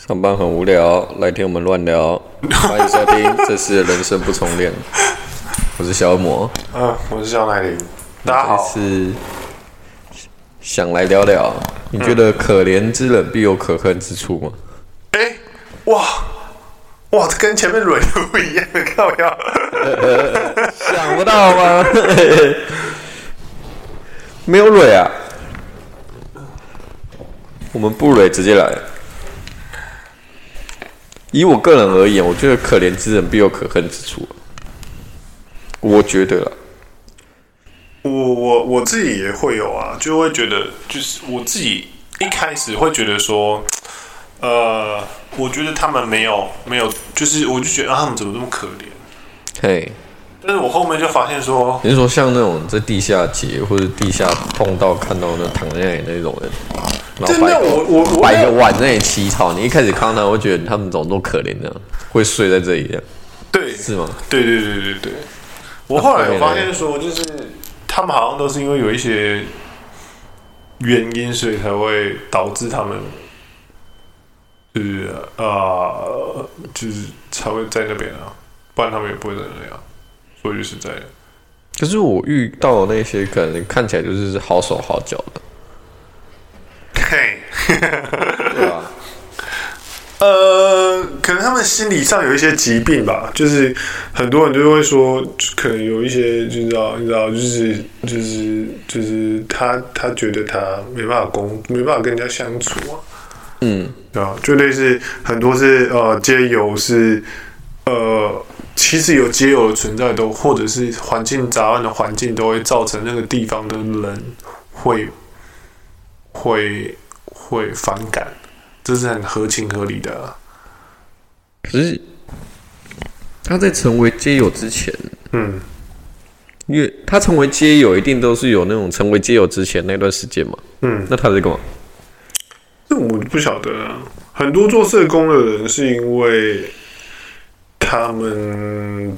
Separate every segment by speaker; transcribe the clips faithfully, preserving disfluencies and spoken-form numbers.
Speaker 1: 上班很无聊，来听我们乱聊。欢迎收听，这是人生不重练。我是小魔，
Speaker 2: 嗯，我是小奶玲。大家好。
Speaker 1: 这次想来聊聊，你觉得可怜之人必有可恨之处吗？
Speaker 2: 哎、欸，哇哇，这跟前面蕊的不一样，靠腰。
Speaker 1: 想不到吗？没有蕊啊。我们不蕊，直接来。以我个人而言，我觉得可怜之人必有可恨之处。我觉得啦，
Speaker 2: 我我我自己也会有啊，就会觉得，就是我自己一开始会觉得说，呃，我觉得他们没有没有，就是我就觉得、啊、他们怎么这么可怜？
Speaker 1: 嘿，
Speaker 2: 但是我后面就发现说，
Speaker 1: 你是说像那种在地下街或者地下通道看到那躺在那里那种人？然后摆个
Speaker 2: 我我我
Speaker 1: 摆个碗在那里乞讨，你一开始看到他，会觉得他们怎么都可怜这样，会睡在这里这样，
Speaker 2: 对，
Speaker 1: 是吗？
Speaker 2: 对对对对对。我后来有发现说，就是他们好像都是因为有一些原因，所以才会导致他们，就是呃，就是才会在那边啊，不然他们也不会在那样。说句实在的，
Speaker 1: 可是我遇到的那些可能看起来就是好手好脚的。
Speaker 2: 嘿，
Speaker 1: 对啊，
Speaker 2: 呃，可能他们心理上有一些疾病吧，就是很多人就会说，可能有一些，就知道，你知道，就是就是就是他他觉得他没办法工，没办法跟人家相处啊，
Speaker 1: 嗯，
Speaker 2: 对啊，就类似很多是呃街友是呃，其实有街友的存在都，或者是环境杂乱的环境都会造成那个地方的人会。会会反感，这是很合情合理的、啊。
Speaker 1: 可是他在成为街友之前，
Speaker 2: 嗯，
Speaker 1: 因为他成为街友一定都是有那种成为街友之前那段时间嘛，
Speaker 2: 嗯，
Speaker 1: 那他在干嘛？
Speaker 2: 这我不晓得啊。很多做社工的人是因为他们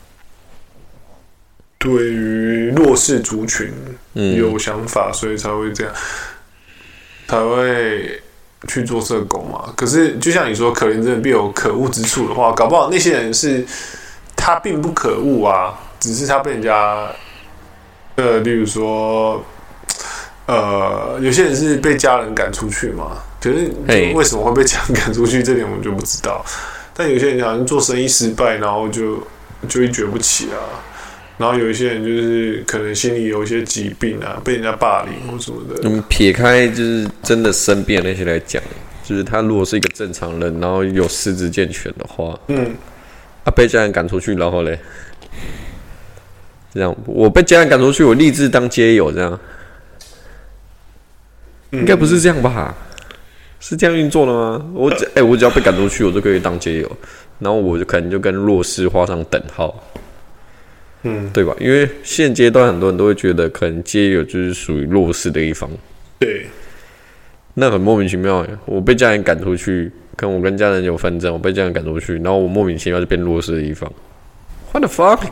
Speaker 2: 对于弱势族群有想法，嗯、所以才会这样。才会去做社工嘛？可是就像你说，可怜之人必有可恶之处的话，搞不好那些人是他并不可恶啊，只是他被人家呃，例如说呃，有些人是被家人赶出去嘛。可是为什么会被家人赶出去，这点我就不知道。但有些人好像做生意失败，然后就就一蹶不起啊。然后有一些人就是可能心里有一些疾病啊，被人家霸凌或什么的。
Speaker 1: 嗯，撇开就是真的生病的那些来讲，就是他如果是一个正常人，然后有四肢健全的话，嗯，啊被家人赶出去，然后嘞，这样我被家人赶出去，我立志当街友，这样，嗯、应该不是这样吧？是这样运作的吗？我只哎、欸，我只要被赶出去，我就可以当街友，然后我就可能就跟弱势画上等号。嗯，对吧？因为现阶段很多人都会觉得，可能街友就是属于弱势的一方。
Speaker 2: 对，
Speaker 1: 那很莫名其妙。我被家人赶出去，跟我跟家人有纷争，我被家人赶出去，然后我莫名其妙就变弱势的一方。What the fuck？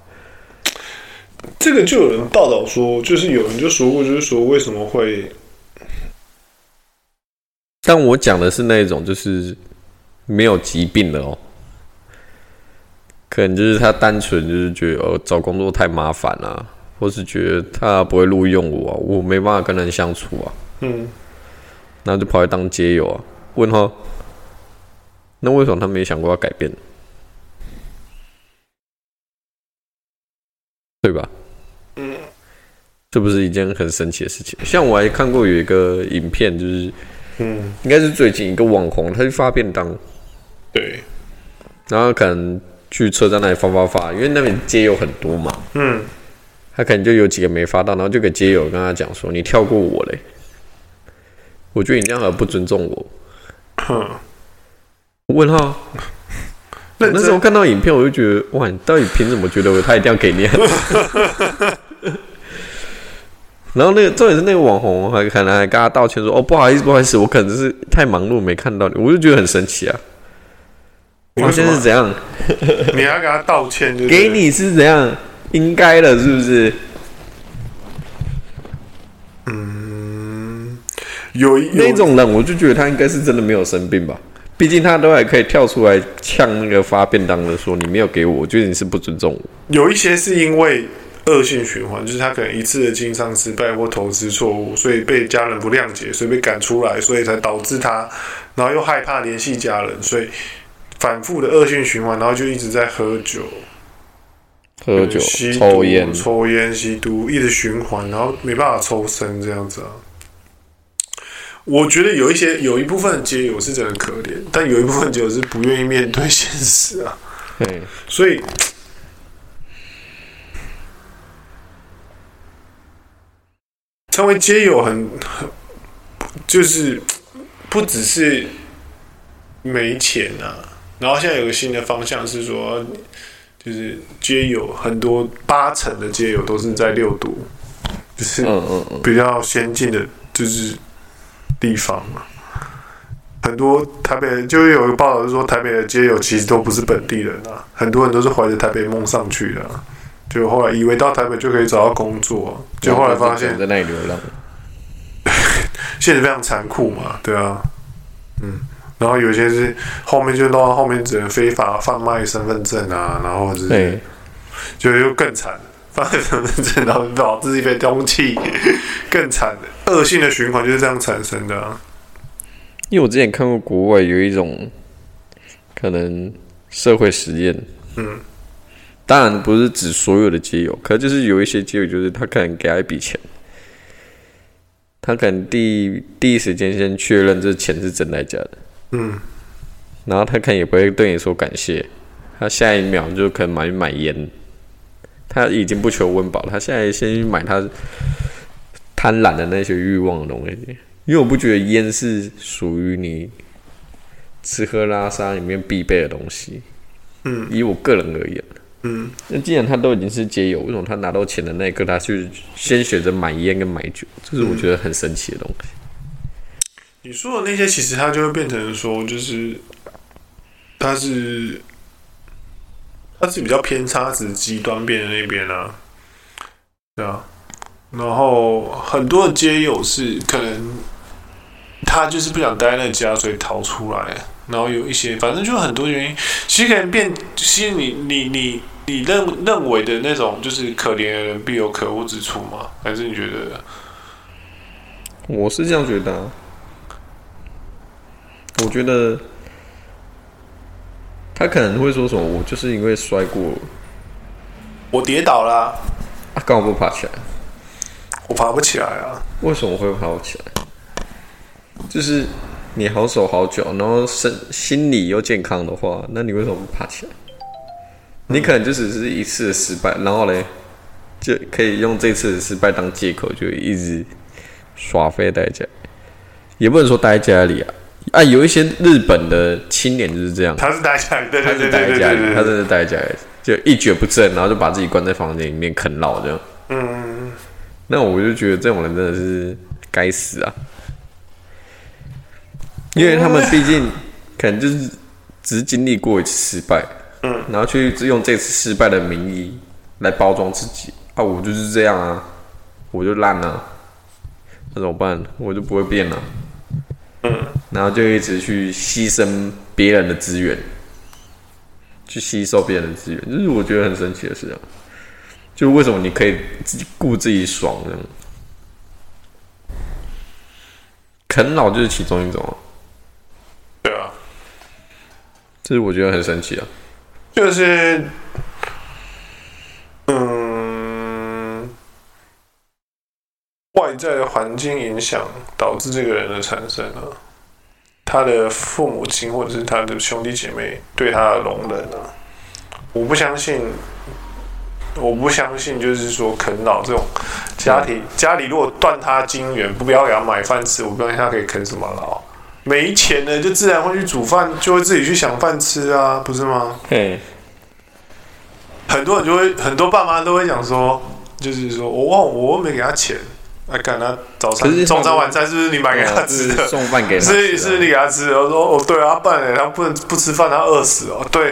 Speaker 2: 这个就有人报道说，就是有人就说过，就是说为什么会？
Speaker 1: 但我讲的是那种，就是没有疾病的哦。可能就是他单纯就是觉得哦找工作太麻烦了、啊，或是觉得他不会录用我、啊，我没办法跟人相处啊，嗯，然后就跑来当街友啊。问号，那为什么他没想过要改变？对吧？嗯，这不是一件很神奇的事情。像我还看过有一个影片，就是嗯，应该是最近一个网红，他去发便当，
Speaker 2: 对，
Speaker 1: 然后可能。去车站那里发发发，因为那边街友很多嘛，嗯，他可能就有几个没发到，然后就给街友跟他讲说：“你跳过我嘞，我觉得你这样很不尊重我。”哼，问号。那时候看到影片，我就觉得哇，你到底凭什么觉得他一定要给你、啊？然后那个重点是那个网红还可能还跟他道歉说：“哦，不好意思，不好意思，我可能是太忙碌没看到你。”我就觉得很神奇啊。我现在是怎样？
Speaker 2: 你要给他道歉就，
Speaker 1: 给你是怎样？应该的，是不是？
Speaker 2: 嗯，有有
Speaker 1: 那种人，我就觉得他应该是真的没有生病吧。 毕竟他都还可以跳出来呛那个发便当的说你没有给我，我觉得你是不尊重我。
Speaker 2: 有一些是因为恶性循环，就是他可能一次的经商失败或投资错误，所以被家人不谅解，所以被赶出来，所以才导致他，然后又害怕联系家人，所以反复的恶性循环，然后就一直在喝酒、
Speaker 1: 喝酒、抽烟、
Speaker 2: 抽烟、吸毒，一直循环，然后没办法抽身这样子啊。我觉得有一些有一部分的街友是真的可怜，但有一部分街友是不愿意面对现实啊。
Speaker 1: 对，
Speaker 2: 所以成为街友很就是不只是没钱啊，然后现在有个新的方向是说，就是街友很多八成的街友都是在六都，就是比较先进的，就是地方嘛。很多台北就有一个报道是说，台北的街友其实都不是本地人啊，很多人都是怀着台北梦上去的、啊，就后来以为到台北就可以找到工作、啊，就后来发现
Speaker 1: 在那里流浪，
Speaker 2: 现实非常残酷嘛，对啊，嗯，然后有些是后面就弄到后面只能非法贩卖身份证啊，然后就是就又更惨，贩卖身份证然后导致一被通缉，更惨的恶性的循环就是这样产生的、啊。
Speaker 1: 因为我之前看过国外有一种可能社会实验，嗯，当然不是指所有的街友，可就是有一些街友，就是他可能给他一笔钱，他可能第第一时间先确认这钱是真来假的，嗯，然后他可能也不会对你说感谢，他下一秒就可能买买烟，他已经不求温饱了，他现在先去买他贪婪的那些欲望的东西。因为我不觉得烟是属于你吃喝拉撒里面必备的东西，嗯，以我个人而言，嗯，那既然他都已经是街友，为什么他拿到钱的那一刻，他去先选择买烟跟买酒？这是我觉得很神奇的东西。
Speaker 2: 你说的那些，其实它就会变成说，就是它是它是比较偏差值极端边的那边啊，对啊，然后很多的街友是可能。他就是不想待在那家，所以逃出来。然后有一些，反正就很多原因。其实可能变，其实你你你你认认为的那种，就是可怜的人必有可恶之处吗？还是你觉得？
Speaker 1: 我是这样觉得、啊。我觉得他可能会说什么，我就是因为摔过，
Speaker 2: 我跌倒啦、
Speaker 1: 啊，啊，干嘛不爬起来？
Speaker 2: 我爬不起来啊！
Speaker 1: 为什么会爬不起来？就是你好手好脚，然后身心理又健康的话，那你为什么不爬起来？你可能就只是一次的失败，然后嘞，就可以用这次的失败当借口，就一直耍废待在家里，也不能说待在家里啊。啊，有一些日本的青年就是这样，
Speaker 2: 他是待在家里，对对对
Speaker 1: 对对对，他真的待在家里，就一蹶不振，然后就把自己关在房间里面啃老这样。嗯，那我就觉得这种人真的是该死啊！因为他们毕竟可能就是只是经历过一次失败，嗯，然后去用这次失败的名义来包装自己啊，我就是这样啊，我就烂啊，那怎么办？我就不会变了，嗯，然后就一直去牺牲别人的资源，去吸收别人的资源，这是我觉得很神奇的事啊。就为什么你可以自己顾自己爽这样？啃老就是其中一种啊。
Speaker 2: 对啊，
Speaker 1: 这是我觉得很神奇啊。
Speaker 2: 就是，嗯，外在的环境影响导致这个人的产生啊，他的父母亲或者是他的兄弟姐妹对他的容忍啊，我不相信。我不相信，就是说啃老这种家庭，家里如果断他金源，不要给他买饭吃，我不相信他可以啃什么老。没钱了，就自然会去煮饭，就会自己去想饭吃啊，不是吗？
Speaker 1: 嘿，
Speaker 2: 很多人就会，很多爸妈都会讲说，就是说我我又没给他钱，啊，干他早餐、中餐、晚餐是不是你买给他吃的？
Speaker 1: 送饭给他吃、啊，
Speaker 2: 是是你给他吃的。我说哦，对啊，不然他不能不吃饭，他饿死哦。对。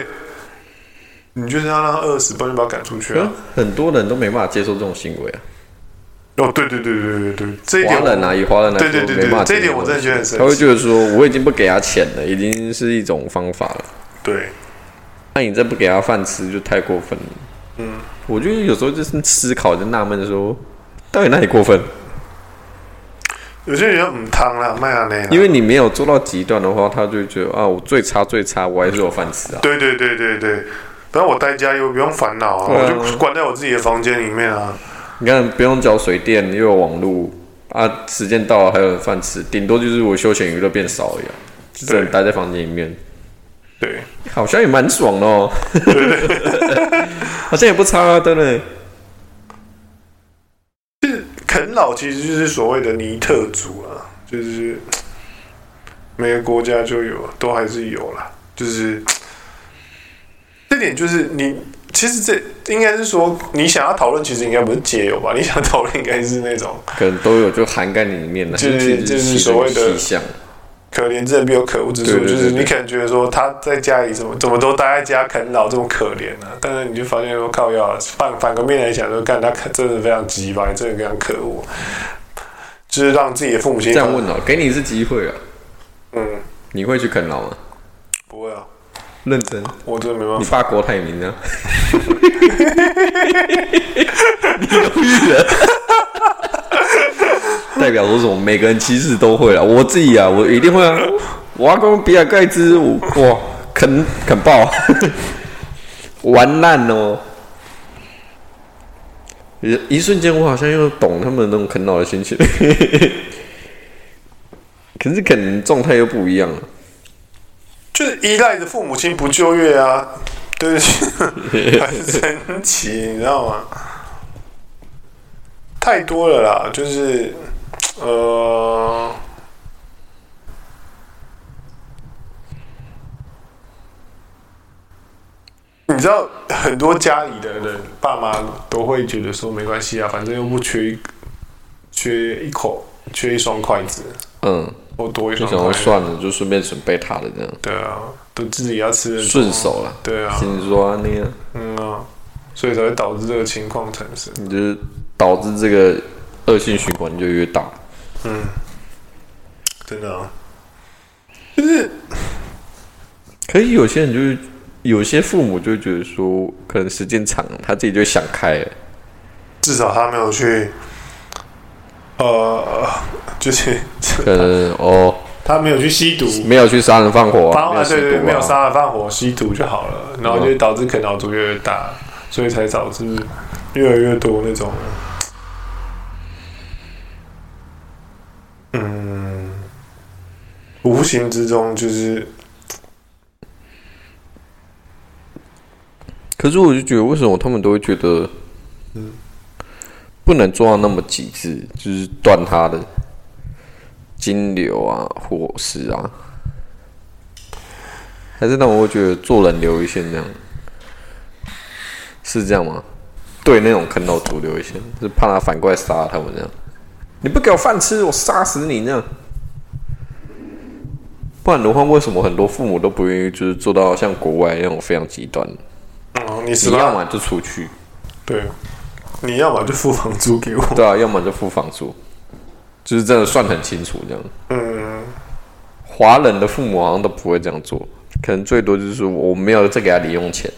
Speaker 2: 你就是要让他饿死，不然就把他赶出去啊！
Speaker 1: 很多人都没办法接受这种行为啊。
Speaker 2: 哦，对对对对对对，这一点
Speaker 1: 华人啊，以华人来说，
Speaker 2: 对对对对，这一点我真的觉得很神奇。
Speaker 1: 他会觉得说，我已经不给他钱了，已经是一种方法了。
Speaker 2: 对，
Speaker 1: 那你再不给他饭吃，就太过分了。嗯，我觉得有时候就是思考，就纳闷说，到底哪里过分？
Speaker 2: 有些人唔汤啦，卖啊那。
Speaker 1: 因为你没有做到极端的话，他就会觉得啊，我最差最差，我还是有饭吃啊。
Speaker 2: 对对对对对，反正我待家又不用烦恼啊，啊，我就关在我自己的房间里面啊。
Speaker 1: 你看，不用缴水电，又有网络啊，时间到了还有饭吃，顶多就是我休闲娱乐变少而已、啊，就只能待在房间里面。
Speaker 2: 对，
Speaker 1: 好像也蛮爽的哦。好像也不差啊，对不对？
Speaker 2: 就是啃老其实就是所谓的尼特族啊，就是每个国家就有，都还是有啦。就是这点，就是你其实这应该是说，你想要讨论，其实应该不是街友吧？你想讨论应该是那种
Speaker 1: 可能都有就涵盖里面的，
Speaker 2: 就是就是所谓的
Speaker 1: 细项。
Speaker 2: 可怜之人必有可恶之处，就是你可能觉得说他在家里怎么怎么都待在家啃老这么可怜啊，但是你就发现说靠腰反反个面来讲说，干他真的非常鸡巴，真的非常可恶，就是让自己的父母亲
Speaker 1: 这样问哦，给你一次机会啊，
Speaker 2: 嗯，你
Speaker 1: 会去啃老吗？
Speaker 2: 不会啊，
Speaker 1: 认真，
Speaker 2: 我真的没办法。
Speaker 1: 你爸郭台铭呢？你犹豫了。代表说什么？每个人其实都会啊，我自己啊，我一定会啊。我阿公比尔盖茨，我哇，啃啃爆，玩烂哦。一瞬间，我好像又懂他们那种啃老的心情，可是可能状态又不一样了。
Speaker 2: 就是依赖着父母亲不就业啊，对，很神奇，你知道吗？太多了啦，就是。呃，你知道很多家里的人爸妈都会觉得说没关系啊，反正又不缺一缺一口，缺一双筷子，嗯，或多一双筷子，就想
Speaker 1: 算了，就顺便准备他的这样。
Speaker 2: 对啊，都自己要吃的
Speaker 1: 顺手了。
Speaker 2: 对啊，
Speaker 1: 听说那样，
Speaker 2: 嗯啊，所以才会导致这个情况产生，
Speaker 1: 你就是导致这个恶性循环就越大。嗯。
Speaker 2: 真的啊，就是，
Speaker 1: 可是有些人就是，有些父母就会觉得说，可能时间长了，他自己就想开了。
Speaker 2: 至少他没有去，呃，就是
Speaker 1: 可能哦，
Speaker 2: 他没有去吸毒，
Speaker 1: 没有去杀人放火、
Speaker 2: 啊，啊对对对，没有杀人放火，吸毒就好了，然后就导致啃老族越来越大，所以才导致越来越多那种，嗯。无形之中就是，
Speaker 1: 可是我就觉得，为什么他们都会觉得，嗯，不能做到那么极致，就是断他的金流啊、伙食啊，还是让我会觉得做人留一线这样，是这样吗？对那种啃老族留一线，就是怕他反过来杀他们这样，你不给我饭吃，我杀死你这样。不然的话，为什么很多父母都不愿意就是做到像国外那种非常极端？
Speaker 2: 嗯，你
Speaker 1: 你要么就出去，
Speaker 2: 对，你要么就付房租给我，
Speaker 1: 对啊，要么就付房租，就是真的算很清楚这样。嗯，华人的父母好像都不会这样做，可能最多就是说我没有再给他零用钱，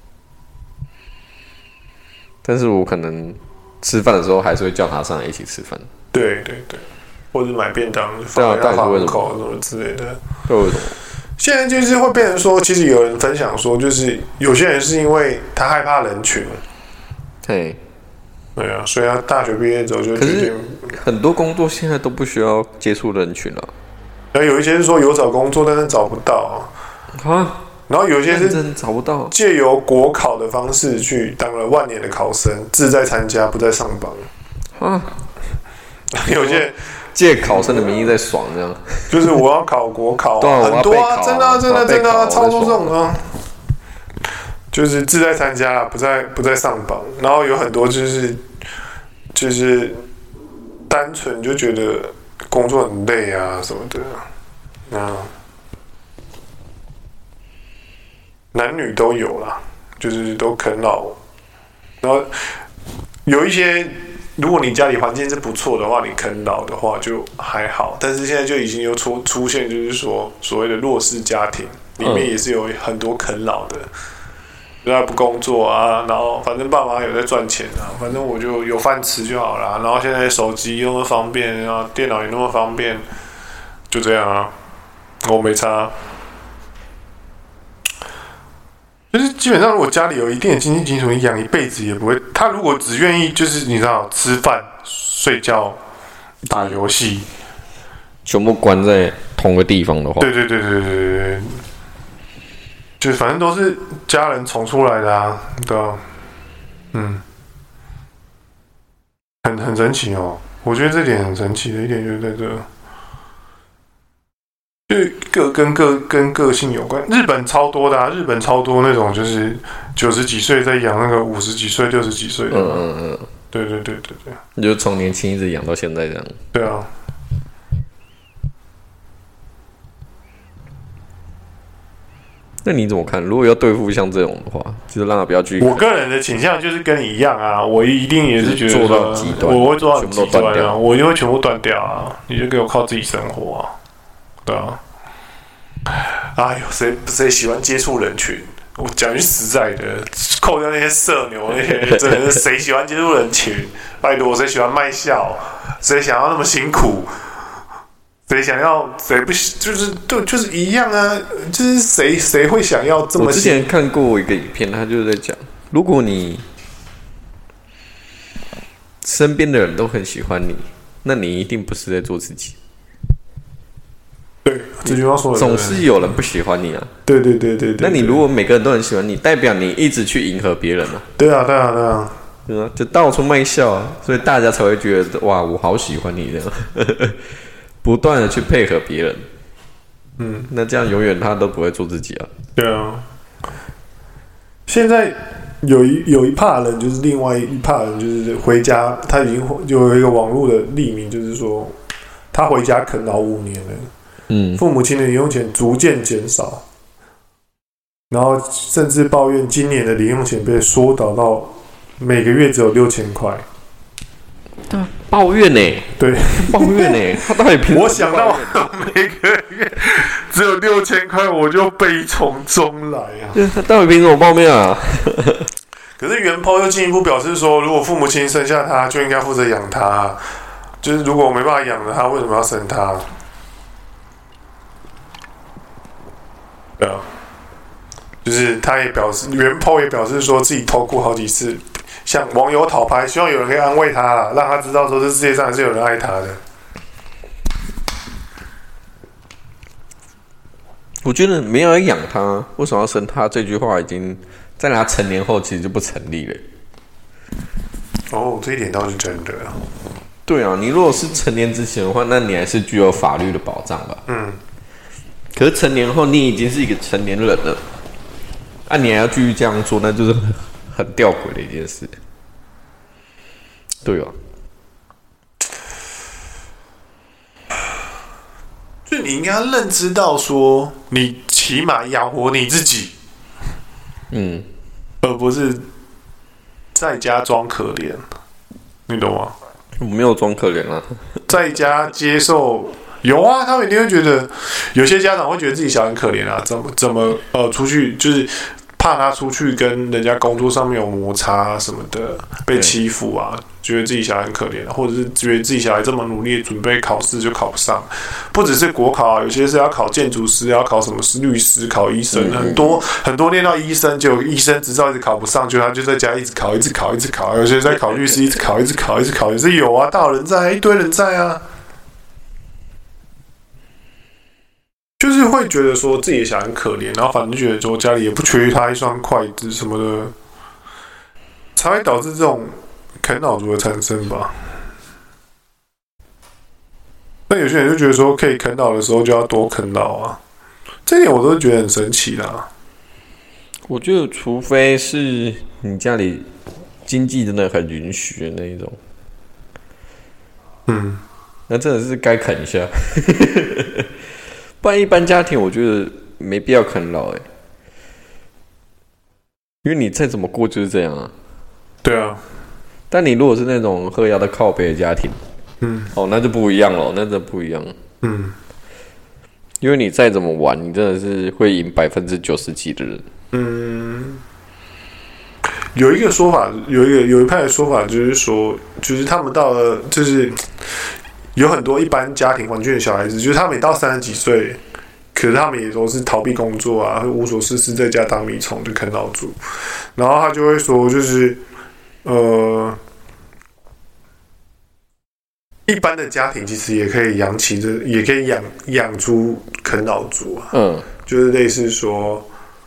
Speaker 1: 但是我可能吃饭的时候还是会叫他上来一起吃饭。
Speaker 2: 对对对。或者买便当放在他门口什么之类的，
Speaker 1: 为什么？
Speaker 2: 现在就是会变成说，其实有人分享说，就是有些人是因为他害怕人群，
Speaker 1: 对，
Speaker 2: 对啊，所以他大学毕业之后就决定，
Speaker 1: 很多工作现在都不需要接触人群了。
Speaker 2: 然后有一些是说有找工作，但是找不到啊。然后有一些是
Speaker 1: 真找不到，
Speaker 2: 借由国考的方式去当了万年的考生，志在参加，不在上榜啊。有些人。
Speaker 1: 借考生的名义在爽，这样
Speaker 2: 就是我要考国考、啊，
Speaker 1: 啊、
Speaker 2: 很多啊，真的、啊、真的真的、啊，超多这种啊，就是志在参加，不在不在上榜，然后有很多就是就是单纯就觉得工作很累啊什么的，啊，男女都有啦，就是都啃老，然后有一些如果你家里环境是不错的话，你啃老的话就还好。但是现在就已经有出出现，就是说所谓的弱势家庭里面也是有很多啃老的，就他不工作啊，然后反正爸妈有在赚钱啊，反正我就有饭吃就好啦。然后现在手机那么方便啊，电脑也那么方便，就这样啊，我没差。就是基本上，如果家里有一定的经济基础，你养一辈子也不会。他如果只愿意就是你知道吃饭、睡觉、打游戏，
Speaker 1: 全部关在同个地方的话，
Speaker 2: 对对对对对对对，就反正都是家人宠出来的啊，对啊，嗯，很很神奇哦。我觉得这点很神奇的一点就是在这。就是个跟个跟个性有关，日本超多的啊，日本超多那种就是九十几岁在养那个五十几岁、六十几岁的，嗯嗯嗯，对对对对对，
Speaker 1: 你就从年轻一直养到现在这样，
Speaker 2: 对啊。
Speaker 1: 那你怎么看？如果要对付像这种的话，就是让他不要去。
Speaker 2: 我个人的倾向就是跟你一样啊，我一定也是觉得
Speaker 1: 做到极端，
Speaker 2: 我会做到极端啊，我就会全部断掉啊，你就给我靠自己生活啊。对啊，哎呦，谁谁喜欢接触人群？我讲句实在的，扣掉那些社牛那些，真的是谁喜欢接触人群？拜托，谁喜欢卖笑？谁想要那么辛苦？谁想要？谁不就是对，就是一样啊？就是谁谁会想要这么？
Speaker 1: 我之前看过一个影片，他就是在讲，如果你身边的人都很喜欢你，那你一定不是在做自己。
Speaker 2: 对，这句话说的
Speaker 1: 总是有人不喜欢你啊。
Speaker 2: 对对对对对。
Speaker 1: 那你如果每个人都很喜欢你，代表你一直去迎合别人啊。
Speaker 2: 对啊对啊对啊。
Speaker 1: 对啊，就到处卖笑啊，所以大家才会觉得哇，我好喜欢你这样，不断的去配合别人。嗯，那这样永远他都不会做自己啊。
Speaker 2: 对啊。现在有一有一派人，就是另外一派人，就是回家，他已经有一个网络的匿名，就是说他回家啃老五年了。嗯，父母亲的零用钱逐渐减少，然后甚至抱怨今年的零用钱被缩短到每个月只有六千块。
Speaker 1: 对，抱怨呢、欸？
Speaker 2: 对，
Speaker 1: 抱怨呢、欸？他到底凭什么？
Speaker 2: 我想到每个月只有六千块，我就悲从中来啊！
Speaker 1: 他到底凭什么抱怨啊？
Speaker 2: 可是原 po 又进一步表示说，如果父母亲生下他，就应该负责养他。就是如果我没办法养了他，为什么要生他？对啊，就是他也表示，原 po 也表示说自己偷哭好几次，向网友讨拍，希望有人可以安慰他啦，让他知道说这世界上还是有人爱他的。
Speaker 1: 我觉得没有人养他，为什么要生他？这句话已经在他成年后其实就不成立了。
Speaker 2: 哦，这一点倒是真的。
Speaker 1: 对啊，你如果是成年之前的话，那你还是具有法律的保障吧。嗯。可是成年后，你已经是一个成年人了，啊，你还要继续这样做，那就是很很吊诡的一件事。对啊。
Speaker 2: 就你应该认知到说，你起码养活你自己，嗯，而不是在家装可怜，你懂吗？
Speaker 1: 我没有装可怜啊，
Speaker 2: 在家接受有啊，他们一定会觉得，有些家长会觉得自己小孩很可怜啊，怎么怎么呃出去就是怕他出去跟人家工作上面有摩擦啊什么的，被欺负啊，觉得自己小孩很可怜，或者是觉得自己小孩这么努力准备考试就考不上，不只是国考啊，有些是要考建筑师，要考什么律师，考医生，嗯、很多很多念到医生，就医生执照一直考不上，就他就在家一直考，一直考，一直考，有些在考律师，一直考，一直考，一直考，也是有啊，大有人在，一堆人在啊。就是会觉得说自己的小孩很可怜，然后反正觉得说家里也不缺他一双筷子什么的，才会导致这种啃老族的产生吧。那有些人就觉得说，可以啃老的时候就要多啃老啊，这一点我都觉得很神奇啦。
Speaker 1: 我觉得，除非是你家里经济真的很允许的那一种，嗯，那真的是该啃一下。不然一般家庭，我觉得没必要啃老哎、欸，因为你再怎么过就是这样啊。
Speaker 2: 对啊，
Speaker 1: 但你如果是那种喝药的靠北的家庭，嗯，哦，那就不一样了，那真的不一样。嗯，因为你再怎么玩，你真的是会赢百分之九十几的人。嗯，
Speaker 2: 有一个说法，有一个有一派的说法，就是说，就是他们到了，就是有很多一般家庭环境的小孩子，就是他们到三十几岁。可是他们也都是逃避工作啊，无所事事，在家当米虫的啃老族。然后他就会说，就是呃，一般的家庭其实也可以养起这，也可以养养出啃老族啊。嗯，就是类似说，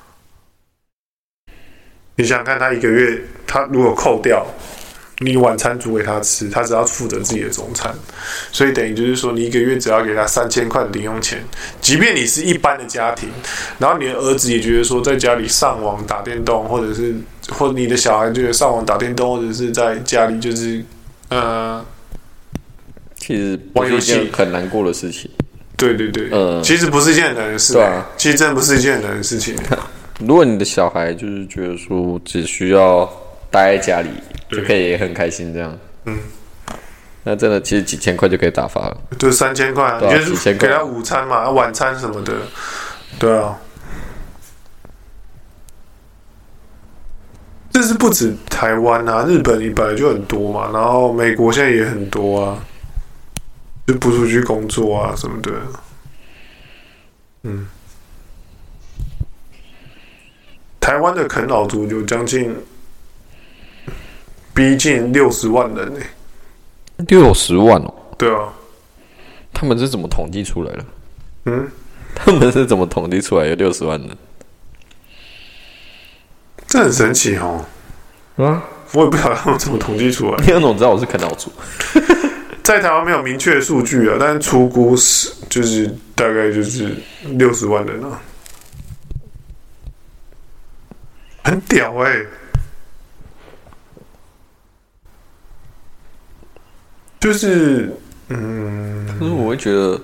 Speaker 2: 你想想看，他一个月，他如果扣掉。你晚餐煮给他吃，他只要负责自己的中餐，所以等于就是说，你一个月只要给他三千块的零用钱，即便你是一般的家庭，然后你的儿子也觉得说，在家里上网打电动，或者是或者你的小孩觉得上网打电动，或者是在家里就是呃，
Speaker 1: 其实不是一件很难过的事情。
Speaker 2: 对对对，嗯，其实不是一件很难的事，对啊，其实真的不是一件很难的事情。
Speaker 1: 如果你的小孩就是觉得说，只需要待在家里。就可以很开心这样，嗯，那真的其实几千块就可以打发了，
Speaker 2: 就三千块，啊，就是给他午餐嘛、晚餐什么的，对啊，这是不止台湾啊，日本你本来就很多嘛，然后美国现在也很多啊，就不出去工作啊什么的，嗯，台湾的啃老族有将近。逼近六十万人呢、
Speaker 1: 欸，六十万哦。
Speaker 2: 对啊，
Speaker 1: 他们是怎么统计出来的？嗯，他们是怎么统计出来有六十万人？
Speaker 2: 这很神奇哦。啊，我也不晓得他们怎么统计出来。
Speaker 1: 你怎么知道我是啃老族？
Speaker 2: 在台湾没有明确的数据啊，但是初估是就是大概就是六十万人啊，很屌哎、欸。就是，嗯，
Speaker 1: 可是我会觉得，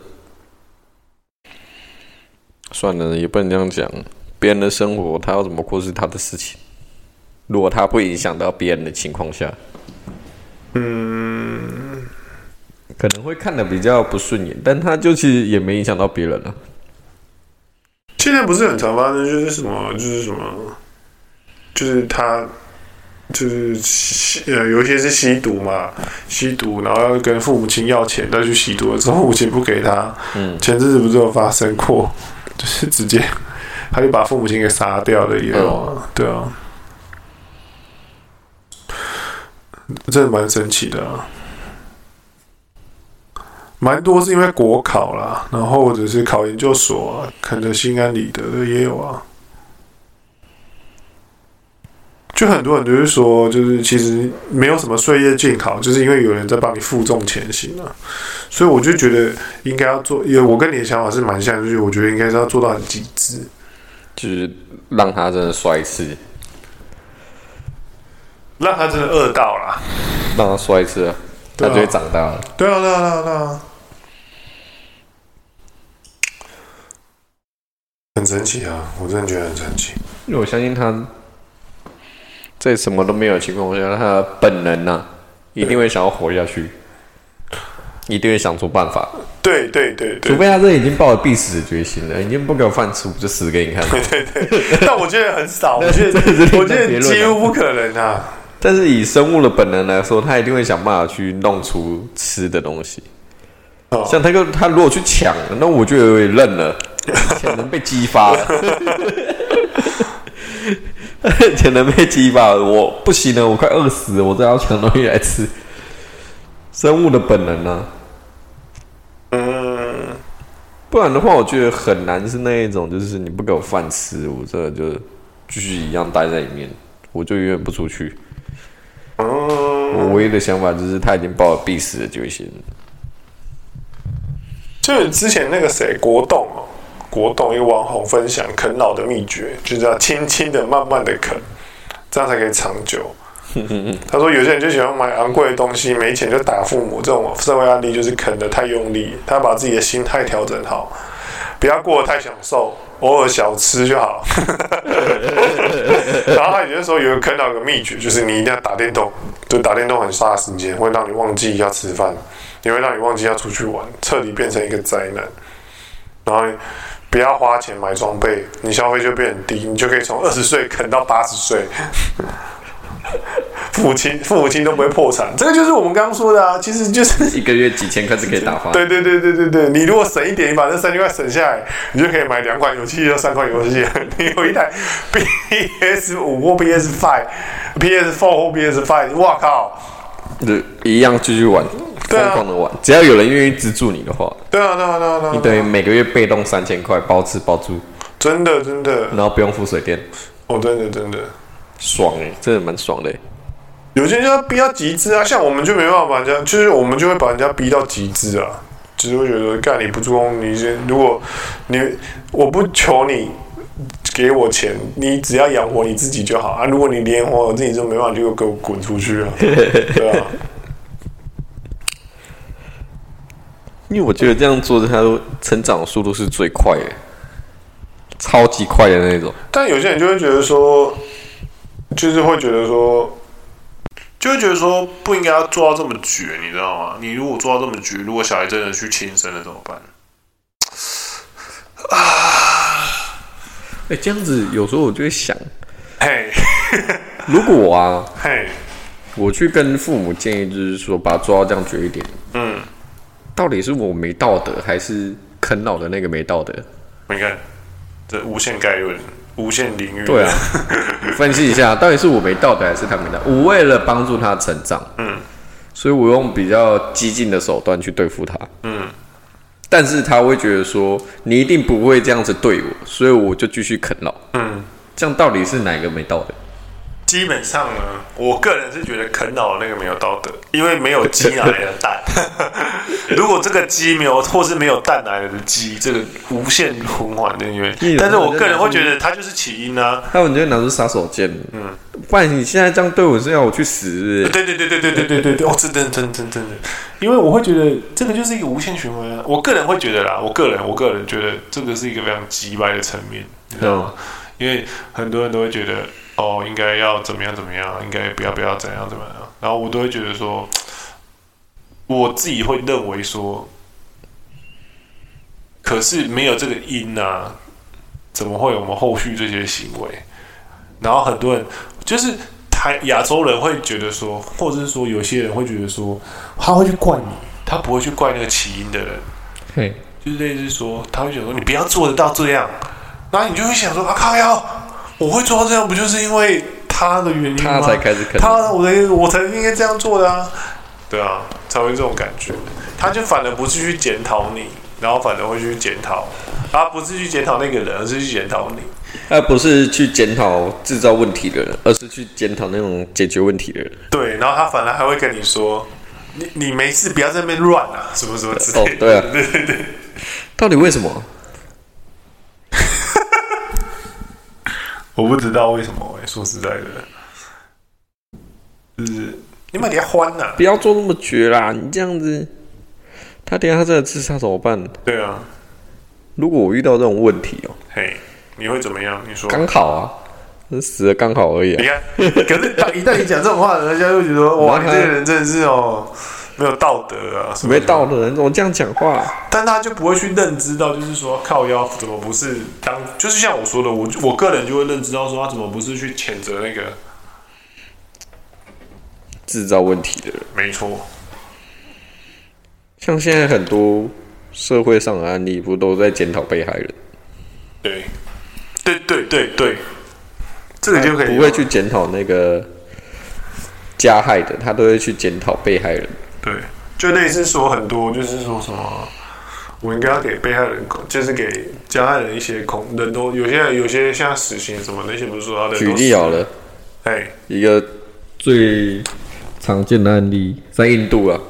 Speaker 1: 算了，也不能这样讲。别人的生活，他要怎么过是他的事情。如果他不影响到别人的情况下，嗯，可能会看得比较不顺眼，但他就其实也没影响到别人啊。
Speaker 2: 现在不是很常发生，就是什么，就是什么，就是他。就是呃，有一些是吸毒嘛，吸毒，然后要跟父母亲要钱，再去吸毒的时候，父母亲不给他。嗯，前阵子不是有发生过，就是直接他就把父母亲给杀掉了，也有啊，嗯、对啊，真的蛮神奇的啊，蛮多是因为国考啦，然后或者是考研究所啊，可能心安理得的也有啊。就很多人就是说，就是其实没有什么岁月静好，就是因为有人在帮你负重前行啊。所以我就觉得应该要做，因为我跟你的想法是蛮像，就是我觉得应该是要做到很极致，
Speaker 1: 就是让他真的摔一次，
Speaker 2: 让他真的饿到啦，
Speaker 1: 让他摔一次啊，他就会长大了。
Speaker 2: 对啊，对啊，对啊，对啊，很神奇啊！我真的觉得很神奇，
Speaker 1: 因为我相信他。在什么都没有的情况下，他的本能啊，一定会想要活下去，一定会想出办法。
Speaker 2: 对对对对，
Speaker 1: 除非他这已经抱了必死的决心了，已经不给我饭吃，我就死给你看。
Speaker 2: 对对对，但我觉得很少，我觉得我觉得几乎不可能啊。
Speaker 1: 但是以生物的本能来说，他一定会想办法去弄出吃的东西。哦、像他个他如果去抢，那我就有点认了，潜能被激发了。潜能被激发了，我不行了，我快饿死了，我真要抢东西来吃。生物的本能啊，嗯，不然的话，我觉得很难是那一种，就是你不给我饭吃，我这就继续一样待在里面，我就永远不出去。嗯，我唯一的想法就是他已经抱了必死的决心。
Speaker 2: 就是之前那个谁，国栋哦。国栋一个网红分享啃老的秘诀，就是要轻轻的、慢慢的啃，这样才可以长久。他说有些人就喜欢买昂贵的东西，没钱就打父母，这种社会案例就是啃得太用力，他把自己的心态调整好， 不要过得太享受，偶尔小吃就好。然后他也就是说，有看到一个秘诀，就是你一定要打电动，就打电动很杀时间，会让你忘记要吃饭，也会让你忘记要出去玩，彻底变成一个灾难。然后不要花钱买装备，你消费就变很低，你就可以从二十岁啃到八十岁。父母亲父母亲都不会破产，这个就是我们刚刚说的啊，其实就是
Speaker 1: 一个月几千块是可以打发。
Speaker 2: 对对对对对对，你如果省一点，你把这三千块省下来，你就可以买两款游戏，或三款游戏。你有一台 P S 五或 P S 五、P S 四或 P S 五， 哇靠，
Speaker 1: 就一样继续玩，疯狂的玩，只要有人愿意资助你的话。
Speaker 2: 对啊对啊对啊对啊，
Speaker 1: 你等于每个月被动三千块，包吃包住，
Speaker 2: 真的真的，
Speaker 1: 然后不用付水电。
Speaker 2: 哦，真的真的
Speaker 1: 爽哎、欸，真的蛮爽的、欸。
Speaker 2: 有些人要逼到极致啊，像我们就没办法把人家，就是我们就会把人家逼到极致啊，就是会觉得干你不助攻，你先如果你我不求你给我钱，你只要养活你自己就好啊。如果你连活我自己都没办法，就给我滚出去啊！对啊，
Speaker 1: 因为我觉得这样做的，他成长速度是最快的，超级快的那种。
Speaker 2: 但有些人就会觉得说，就是会觉得说。就会觉得说不应该要做到这么绝，你知道吗？你如果做到这么绝，如果小孩真的去轻生了怎么办？啊！
Speaker 1: 哎、欸，这样子有时候我就会想，
Speaker 2: 嘿，
Speaker 1: 如果啊，
Speaker 2: 嘿，
Speaker 1: 我去跟父母建议，就是说把它做到这样绝一点，嗯，到底是我没道德，还是啃老的那个没道德？
Speaker 2: 你看，这无限概论。无限领域，
Speaker 1: 对啊，分析一下，到底是我没道德还是他没道德？我为了帮助他成长，嗯，所以我用比较激进的手段去对付他，嗯，但是他会觉得说，你一定不会这样子对我，所以我就继续啃老，嗯，这样到底是哪个没道德？
Speaker 2: 基本上呢，我个人是觉得啃老的那个没有道德，因为没有鸡哪来的蛋？如果这个鸡没有，或是没有蛋来的鸡，这个无限循环的原因。但是我个人会觉得它就是起因啊。
Speaker 1: 他们就会拿出杀手锏，嗯，不然你现在这样对我是要我去死是不是？
Speaker 2: 对对对对对对对对对，哦，真的真真真的，因为我会觉得这个就是一个无限循环啊。我个人会觉得啦，我个人我个人觉得这个是一个非常鸡掰的层面，你知道吗？因为很多人都会觉得。哦，应该要怎么样怎么样，应该不要不要怎样怎么样，然后我都会觉得说，我自己会认为说，可是没有这个因啊，怎么会有我们后续这些行为？然后很多人就是台亚洲人会觉得说，或者是说有些人会觉得说，他会去怪你，他不会去怪那个起因的人，
Speaker 1: 嘿，
Speaker 2: 就是类似说，他会觉得说你不要做得到这样，然后你就会想说啊靠腰。我会做到这样，不就是因为他的原因吗？
Speaker 1: 他才开始啃，
Speaker 2: 他我的我才应该这样做的啊，对啊，才会这种感觉。他就反而不是去检讨你，然后反而会去检讨，他不是去检讨那个人，而是去检讨你。
Speaker 1: 他不是去检讨制造问题的人，而是去检讨那种解决问题的人。
Speaker 2: 对，然后他反而还会跟你说：“你你没事，不要在那边乱啊，什么什么之类的。”哦，
Speaker 1: 对啊，
Speaker 2: 对对对，
Speaker 1: 到底为什么？
Speaker 2: 我不知道为什么、欸，说实在的，就是你们给他欢呐、啊，
Speaker 1: 不要做那么绝啦！你这样子，他等一下他真的自杀怎么办？
Speaker 2: 对啊，
Speaker 1: 如果我遇到这种问题哦、喔，
Speaker 2: 嘿，你会怎么样？你说
Speaker 1: 刚好啊，死了刚好而已、啊。
Speaker 2: 你看，可是一旦你讲这种话，人家就觉得哇，你这个人真的是哦、喔。没有道德啊，
Speaker 1: 没道德人怎么这样讲话？
Speaker 2: 但他就不会去认知到，就是说靠腰怎么不是当，就是像我说的，我我个人就会认知到说他怎么不是去谴责那个
Speaker 1: 制造问题的人。
Speaker 2: 没错，
Speaker 1: 像现在很多社会上的案例，不都在检讨被害人？
Speaker 2: 对，对对对对，这个就可以
Speaker 1: 不会去检讨那个加害的，他都会去检讨被害人。
Speaker 2: 对，就类似说很多，就是说什么，我应该要给被害人，就是给加害人一些空，人都有些有些像死刑什么那些，不是说他
Speaker 1: 举例好了，
Speaker 2: 哎，
Speaker 1: 一个最常见的案例在印度啊，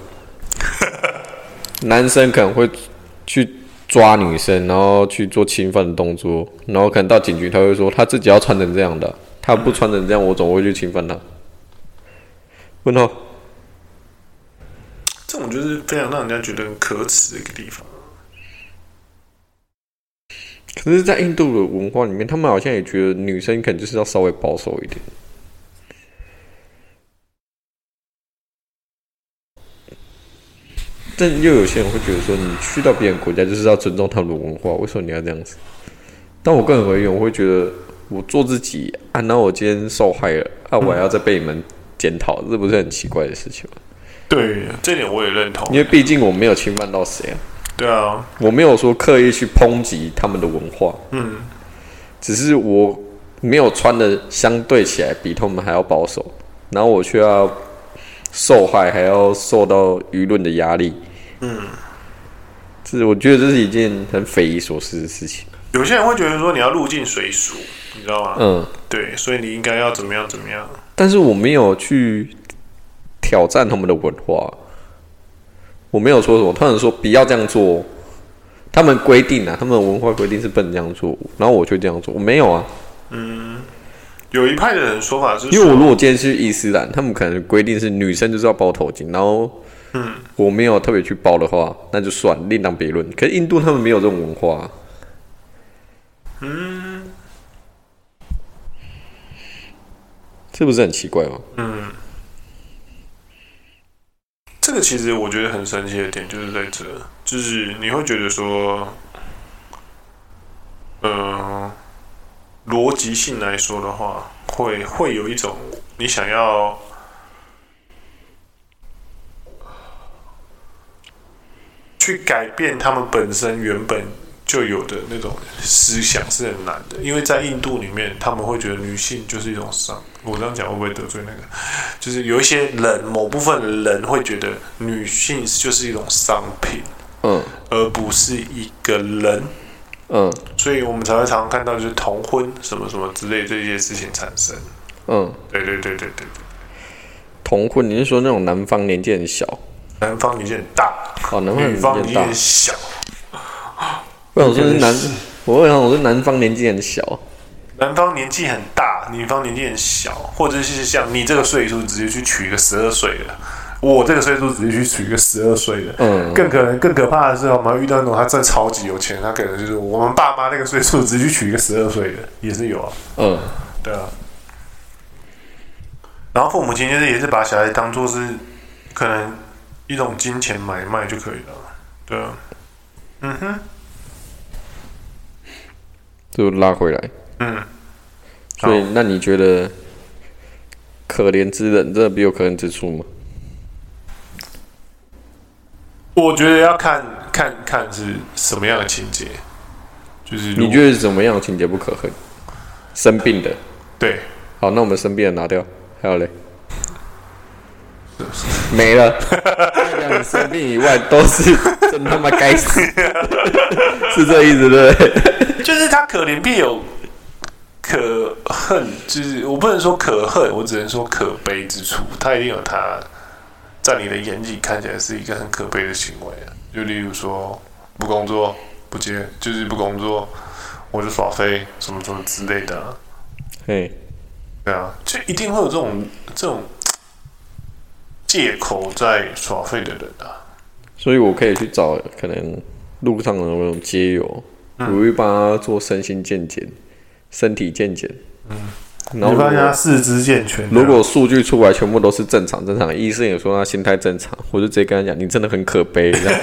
Speaker 1: 男生可能会去抓女生，然后去做侵犯的动作，然后可能到警局他会说他自己要穿成这样的，他不穿成这样，我怎么会去侵犯他？问号。
Speaker 2: 这种就是非常让人家觉得很可耻的一个地方。
Speaker 1: 可是，在印度的文化里面，他们好像也觉得女生可能就是要稍微保守一点。但又有些人会觉得说，你去到别人国家就是要尊重他们的文化，为什么你要这样子？但我个人而言，我会觉得我做自己啊，然后我今天受害了啊，我还要再被你们检讨，这不是很奇怪的事情吗？
Speaker 2: 对，这点我也认同，
Speaker 1: 因为毕竟我没有侵犯到谁啊。
Speaker 2: 对啊，
Speaker 1: 我没有说刻意去抨击他们的文化，嗯，只是我没有穿的相对起来比他们还要保守，然后我却要受害，还要受到舆论的压力，嗯，这我觉得这是一件很匪夷所思的事情。
Speaker 2: 有些人会觉得说你要入境随俗，你知道吗？
Speaker 1: 嗯，
Speaker 2: 对，所以你应该要怎么样怎么样。
Speaker 1: 但是我没有去挑战他们的文化。我没有说什么，他们说不要这样做，他们规定啊，他们的文化规定是不能这样做，然后我就这样做，我没有啊。
Speaker 2: 嗯，有一派的人说法是说，
Speaker 1: 因为我如果今天去伊斯兰，他们可能规定是女生就是要包头巾，然后，嗯，我没有特别去包的话，那就算另当别论。可是印度他们没有这种文化，嗯，是不是很奇怪吗？嗯。
Speaker 2: 这个其实我觉得很神奇的点就是在这，就是你会觉得说，呃，逻辑性来说的话，会会有一种你想要去改变他们本身原本就有的那种思想是很难的，因为在印度里面，他们会觉得女性就是一种伤。我这样讲会不会得罪那个？就是有一些人，某部分的人会觉得女性就是一种商品，嗯，而不是一个人，嗯，所以我们才会常常看到就是同婚什么什么之类这些事情产生，嗯，对对对对对对。
Speaker 1: 同婚，你是说那种男方年纪很小，
Speaker 2: 男方年纪很大，
Speaker 1: 哦，男方
Speaker 2: 女方年纪很小。
Speaker 1: 我想说是男，我想我是男方年纪很小。
Speaker 2: 男方年纪很大，女方年纪很小，或者是像你这个岁数直接去娶一个十二岁的，我这个岁数直接去娶一个十二岁的，嗯，更可能更可怕的是，我们会遇到那种他真的超级有钱，他可能就是我们爸妈那个岁数直接去娶一个十二岁的，也是有啊，嗯，对啊。然后父母亲就是也是把小孩当作是可能一种金钱买卖就可以了，对啊，嗯哼，
Speaker 1: 就拉回来。嗯，所以那你觉得可怜之人真的别有可恨之处吗？
Speaker 2: 我觉得要看看看是什么样的情节，就是
Speaker 1: 你觉得什么样的情节不可恨？生病的，
Speaker 2: 对，
Speaker 1: 好，那我们生病的拿掉，还有嘞，没了。那你生病以外都是真他妈该死，是这意思对不对？
Speaker 2: 就是他可怜必有可恨，就是我不能说可恨，我只能说可悲之处。他一定有他在你的眼里看起来是一个很可悲的行为啊。就例如说不工作、不接，就是不工作，我就耍飞什么什么之类的、啊。
Speaker 1: 嘿，
Speaker 2: 对啊，就一定会有这种这种借口在耍废的人啊。
Speaker 1: 所以我可以去找可能路上的那种街友，我会帮他做身心健检。身体健检，嗯，
Speaker 2: 然后你发现他四肢健全。
Speaker 1: 如果数据出来全部都是正常正常的，医生也说他心态正常，我就直接跟他讲，你真的很可悲，是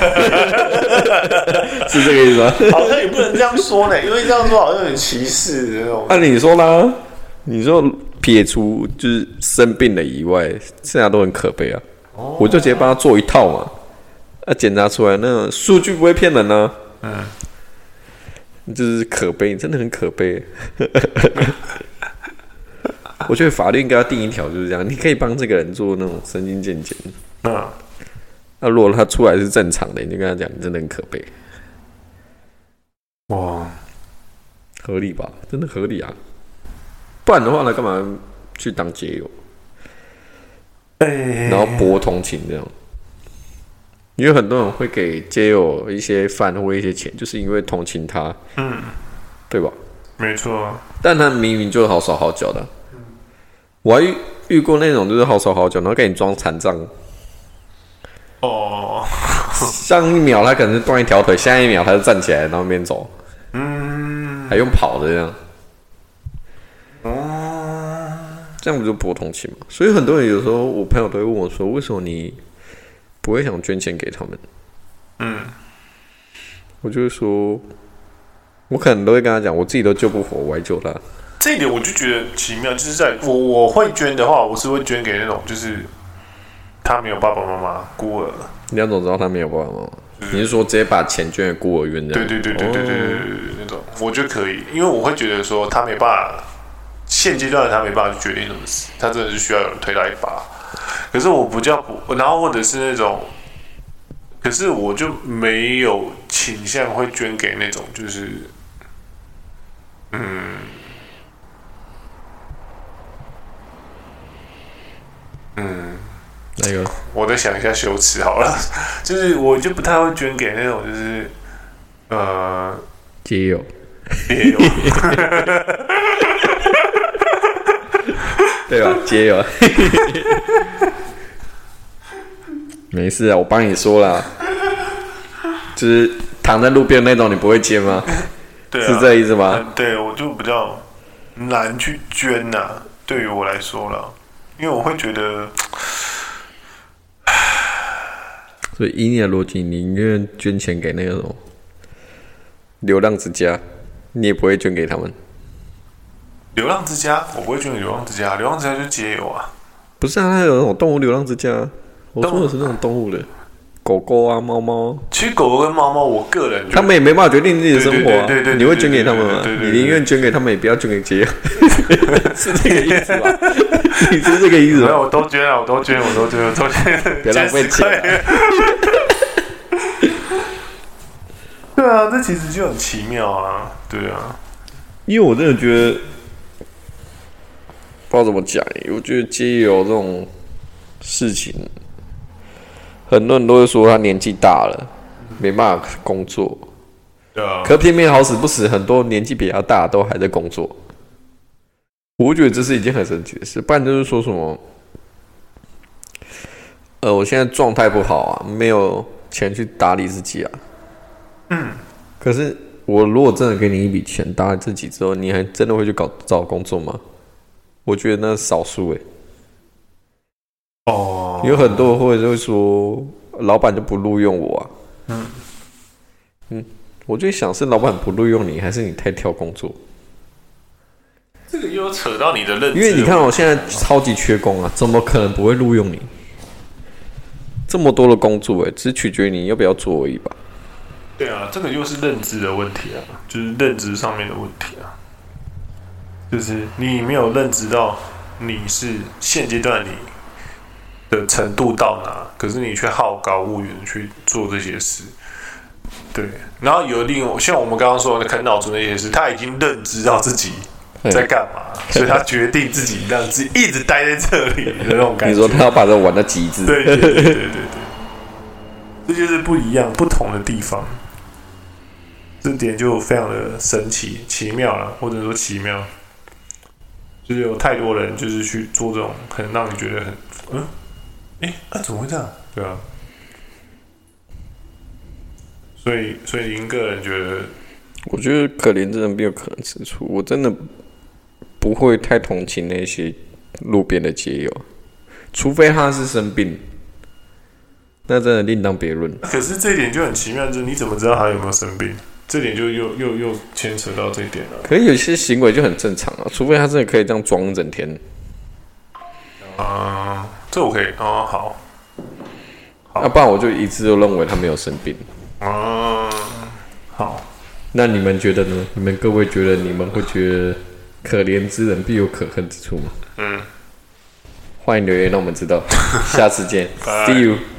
Speaker 1: 这个意思吗？
Speaker 2: 好像也不能这样说呢，因为这样说好像很歧视的那种。
Speaker 1: 按、啊、你说啦，你说撇除就是生病的以外，剩下都很可悲啊。哦、我就直接帮他做一套嘛，啊，检查出来那数据不会骗人呢、啊。嗯。就是可悲，真的很可悲。我觉得法律应该要定一条，就是这样，你可以帮这个人做那种身心健检。嗯，那如果他出来是正常的，你就跟他讲，你真的很可悲。哇，合理吧？真的合理啊！不然的话呢，干嘛去当街友？欸、然后博同情这样。因为很多人会给街友一些饭或一些钱，就是因为同情他，嗯，对吧？
Speaker 2: 没错。但
Speaker 1: 他明明就是好手好脚的，嗯、我还遇遇过那种就是好手好脚，然后给你装残障。哦。上一秒他可能是断一条腿，下一秒他就站起来，然后边走。嗯。 还用跑的这样，哦，这样不就博同情吗？所以很多人有时候，我朋友都会问我说，为什么你不会想捐钱给他们？嗯，我就会说，我可能都会跟他讲，我自己都救不活，我还救他。
Speaker 2: 这一点我就觉得奇妙，就是在我我会捐的话，我是会捐给那种就是他没有爸爸妈妈孤儿。
Speaker 1: 你要怎么知道他没有爸爸妈妈？你是说直接把钱捐给孤儿院这样？
Speaker 2: 对对对对对对对对那种，我觉得可以，因为我会觉得说他没办法，现阶段的他没办法去决定什么事，他真的是需要有人推他一把。可是我不叫不，然后或者是那种，可是我就没有倾向会捐给那种就是，嗯。嗯，
Speaker 1: 那个，
Speaker 2: 我再想一下修辞好了，就是我就不太会捐给那种就是呃
Speaker 1: 街友，
Speaker 2: 街友，
Speaker 1: 对吧？街友，没事啊，我帮你说啦，就是躺在路边那种，你不会接吗？
Speaker 2: 对啊，
Speaker 1: 是这意思吗？
Speaker 2: 嗯、对，我就比较难去捐呐、啊，对于我来说啦。因为我会觉得，
Speaker 1: 所以以你的逻辑，你宁愿捐钱给那种流浪之家，你也不会捐给他们。
Speaker 2: 流浪之家，我不会捐给流浪之家，流浪之家就是街友啊。
Speaker 1: 不是啊，还有那种动物流浪之家，我说的是那种动物的，狗狗啊、猫猫。
Speaker 2: 其实狗狗跟猫猫，我个人
Speaker 1: 他们也没办法决定自己的生活啊。
Speaker 2: 对对对，
Speaker 1: 你会捐给他们吗？你宁愿捐给他们，也不要捐给街友，是这个意思吧？你是这个意思吗？
Speaker 2: 没有，我都捐了，我都捐，我都捐，我都捐，
Speaker 1: 别浪费钱。
Speaker 2: 对啊，这其实就很奇妙啊，对啊。
Speaker 1: 因为我真的觉得，不知道怎么讲，我觉得街友这种事情，很多人都会说他年纪大了，没办法工作。
Speaker 2: 对啊。
Speaker 1: 可偏偏好死不死，很多年纪比他大都还在工作。我觉得这是一件很神奇的事，不然就是说什么，呃，我现在状态不好啊，没有钱去打理自己啊。嗯。可是我如果真的给你一笔钱打理自己之后，你还真的会去搞找工作吗？我觉得那是少数诶。哦。有很多人会会说，老板就不录用我啊。嗯。嗯，我就想是老板不录用你，还是你太挑工作？
Speaker 2: 这个又扯到你的认知，
Speaker 1: 因为你看我现在超级缺工啊，怎么可能不会录用你？这么多的工作、欸，只取决于你要不要做而已吧。
Speaker 2: 对啊，这个又是认知的问题啊，就是认知上面的问题啊，就是你没有认知到你是现阶段你的程度到哪，可是你却好高骛远去做这些事。对，然后有另像我们刚刚说的啃老族那些事，他已经认知到自己在干嘛，所以他决定自己让自己一直待在这里的那种感觉。
Speaker 1: 你说他要把这玩到极致？
Speaker 2: 对对对对对对，这就是不一样、不同的地方。这点就非常的神奇、奇妙了，或者说奇妙，就是有太多人就是去做这种很让你觉得很嗯，哎、欸，啊怎么会这样？对啊，所以所以您个人觉得？
Speaker 1: 我觉得可怜真的没有可能之处，我真的不会太同情那些路边的街友，除非他是生病，那真的另当别论。
Speaker 2: 可是这一点就很奇妙，就是你怎么知道他有没有生病？这点就又又又牵扯到这一点了。
Speaker 1: 可是有些行为就很正常啊，除非他真的可以这样装一整天。
Speaker 2: 啊、呃，这我可以哦，好。
Speaker 1: 要、啊、不然我就一直都认为他没有生病。
Speaker 2: 啊、呃，好。
Speaker 1: 那你们觉得呢？你们各位觉得你们会觉得可怜之人必有可恨之处吗？嗯。欢迎留言让我们知道。下次见。See you。